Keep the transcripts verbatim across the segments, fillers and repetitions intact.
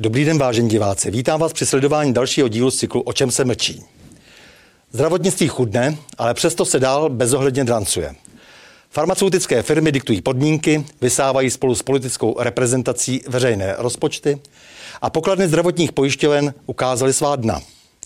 Dobrý den, vážení diváci. Vítám vás při sledování dalšího dílu z cyklu O čem se mlčí. Zdravotnictví chudne, ale přesto se dál bezohledně drancuje. Farmaceutické firmy diktují podmínky, vysávají spolu s politickou reprezentací veřejné rozpočty a pokladny zdravotních pojišťoven ukázaly svá dna.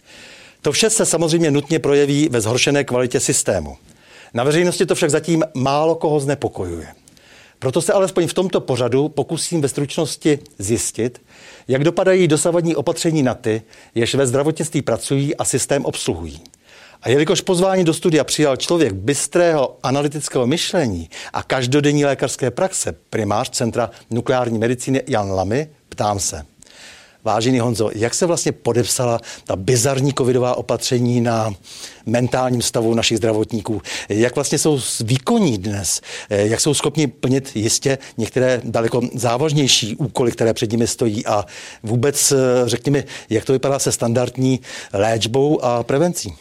To vše se samozřejmě nutně projeví ve zhoršené kvalitě systému. Na veřejnosti to však zatím málo koho znepokojuje. Proto se alespoň v tomto pořadu pokusím ve stručnosti zjistit, jak dopadají dosavadní opatření na ty, jež ve zdravotnictví pracují a systém obsluhují. A jelikož pozvání do studia přijal člověk bystrého analytického myšlení a každodenní lékařské praxe, primář Centra nukleární medicíny Jan Lamy, ptám se. Vážený Honzo, jak se vlastně podepsala ta bizarní covidová opatření na mentálním stavu našich zdravotníků? Jak vlastně jsou výkonní dnes? Jak jsou schopni plnit jistě některé daleko závažnější úkoly, které před nimi stojí? A vůbec řekněme, jak to vypadá se standardní léčbou a prevencí?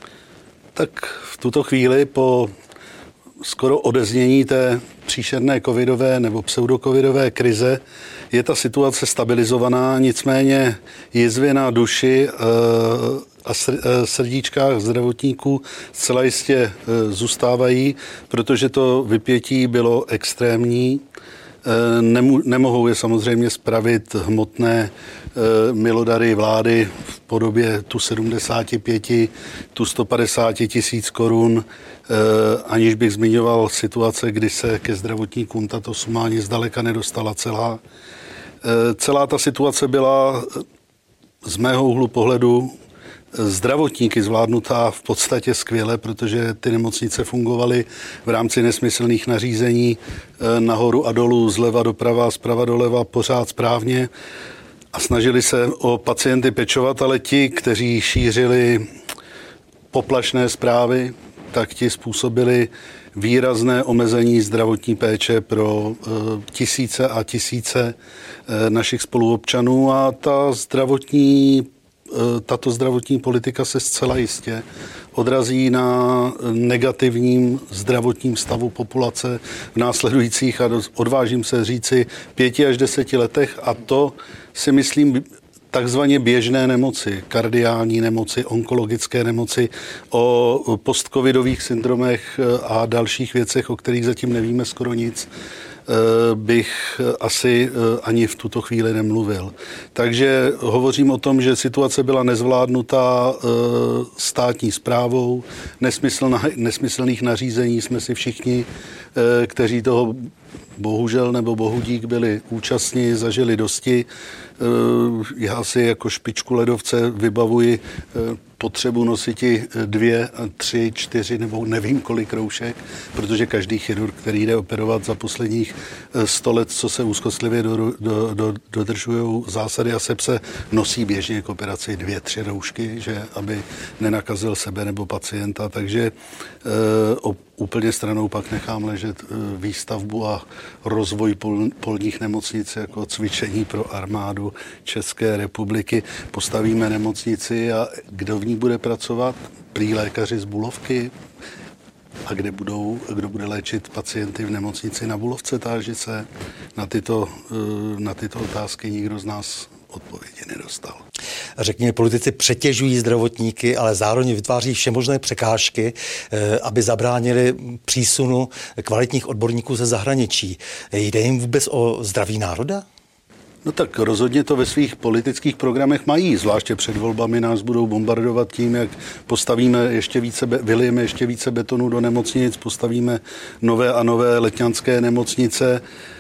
Tak v tuto chvíli po skoro odeznění té příšerné covidové nebo pseudocovidové krize je ta situace stabilizovaná, nicméně jizvy na duši a srdíčkách zdravotníků zcela jistě zůstávají, protože to vypětí bylo extrémní. Nemohou je samozřejmě spravit hmotné milodary vlády v podobě tu sedmdesát pět, tu sto padesát tisíc korun, aniž bych zmiňoval situace, kdy se ke zdravotníkům tato suma ani zdaleka nedostala celá. Celá ta situace byla z mého úhlu pohledu zdravotníky zvládnutá v podstatě skvěle, protože ty nemocnice fungovaly v rámci nesmyslných nařízení nahoru a dolů, zleva doprava, zprava doleva, pořád správně a snažili se o pacienty pečovat, ale ti, kteří šířili poplašné zprávy, tak ti způsobili výrazné omezení zdravotní péče pro tisíce a tisíce našich spoluobčanů a ta zdravotní Tato zdravotní politika se zcela jistě odrazí na negativním zdravotním stavu populace v následujících, a odvážím se říci, pěti až deseti letech, a to si myslím takzvaně běžné nemoci, kardiální nemoci, onkologické nemoci, o postcovidových syndromech a dalších věcech, o kterých zatím nevíme skoro nic, bych asi ani v tuto chvíli nemluvil. Takže hovořím o tom, že situace byla nezvládnutá státní správou, nesmyslných nařízení jsme si všichni, kteří toho bohužel nebo bohudík byli účastní, zažili dosti. Já si jako špičku ledovce vybavuji potřebu nositi dvě, tři, čtyři nebo nevím kolik roušek, protože každý chirurg, který jde operovat za posledních sto let, co se úzkostlivě do, do, do, dodržují zásady asepse, nosí běžně k operaci dvě, tři roušky, že aby nenakazil sebe nebo pacienta. Takže o, úplně stranou pak nechám ležet výstavbu a rozvoj pol, polních nemocnic jako cvičení pro armádu České republiky. Postavíme nemocnici a kdo v ní bude pracovat? Prý lékaři z Bulovky. A kde budou, kdo bude léčit pacienty v nemocnici na Bulovce, táži se? Na tyto, na tyto otázky nikdo z nás odpovědi nedostal. Řekněme, politici přetěžují zdravotníky, ale zároveň vytváří všemožné překážky, aby zabránili přísunu kvalitních odborníků ze zahraničí. Jde jim vůbec o zdraví národa? No tak rozhodně to ve svých politických programech mají, zvláště před volbami nás budou bombardovat tím, jak postavíme ještě více, vylijeme ještě více betonu do nemocnic, postavíme nové a nové letňanské nemocnice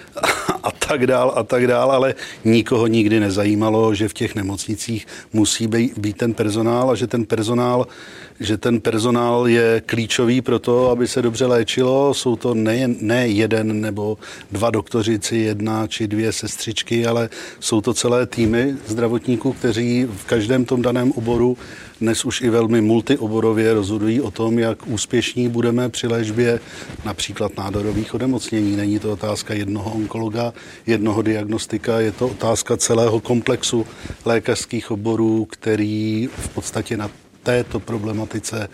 a tak dál a tak dál, ale nikoho nikdy nezajímalo, že v těch nemocnicích musí být ten personál a že ten personál, že ten personál je klíčový pro to, aby se dobře léčilo. Jsou to ne, ne jeden nebo dva doktořici, jedna či dvě sestřičky, ale jsou to celé týmy zdravotníků, kteří v každém tom daném oboru dnes už i velmi multioborově rozhodují o tom, jak úspěšní budeme při léčbě například nádorových onemocnění. Není to otázka jednoho onkologa, jednoho diagnostika, je to otázka celého komplexu lékařských oborů, který v podstatě na této problematice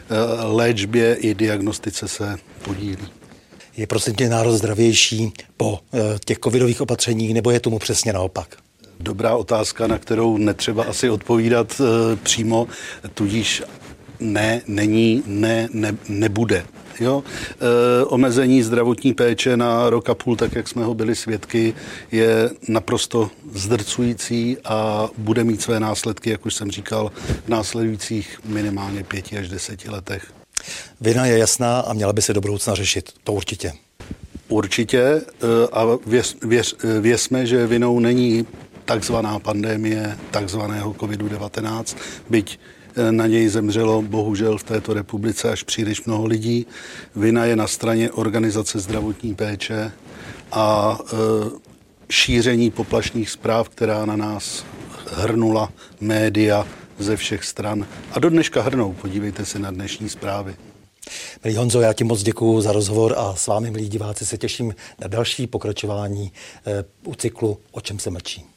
léčbě i diagnostice se podílí. Je prostě národ zdravější po těch covidových opatřeních, nebo je tomu přesně naopak? Dobrá otázka, na kterou netřeba asi odpovídat e, přímo, tudíž ne, není, ne, ne nebude. Jo? E, omezení zdravotní péče na rok a půl, tak jak jsme ho byli svědky, je naprosto zdrcující a bude mít své následky, jak už jsem říkal, v následujících minimálně pěti až deseti letech. Vina je jasná a měla by se do budoucna řešit, to určitě. Určitě a věř, věř, věřme, že vinou není takzvaná pandemie, takzvaného kovidu devatenáct, byť na něj zemřelo bohužel v této republice až příliš mnoho lidí. Vina je na straně organizace zdravotní péče a e, šíření poplašných zpráv, která na nás hrnula média ze všech stran. A do dneška hrnou, podívejte se na dnešní zprávy. Milý Honzo, já ti moc děkuju za rozhovor a s vámi, milí diváci, se těším na další pokračování e, u cyklu O čem se mlčí.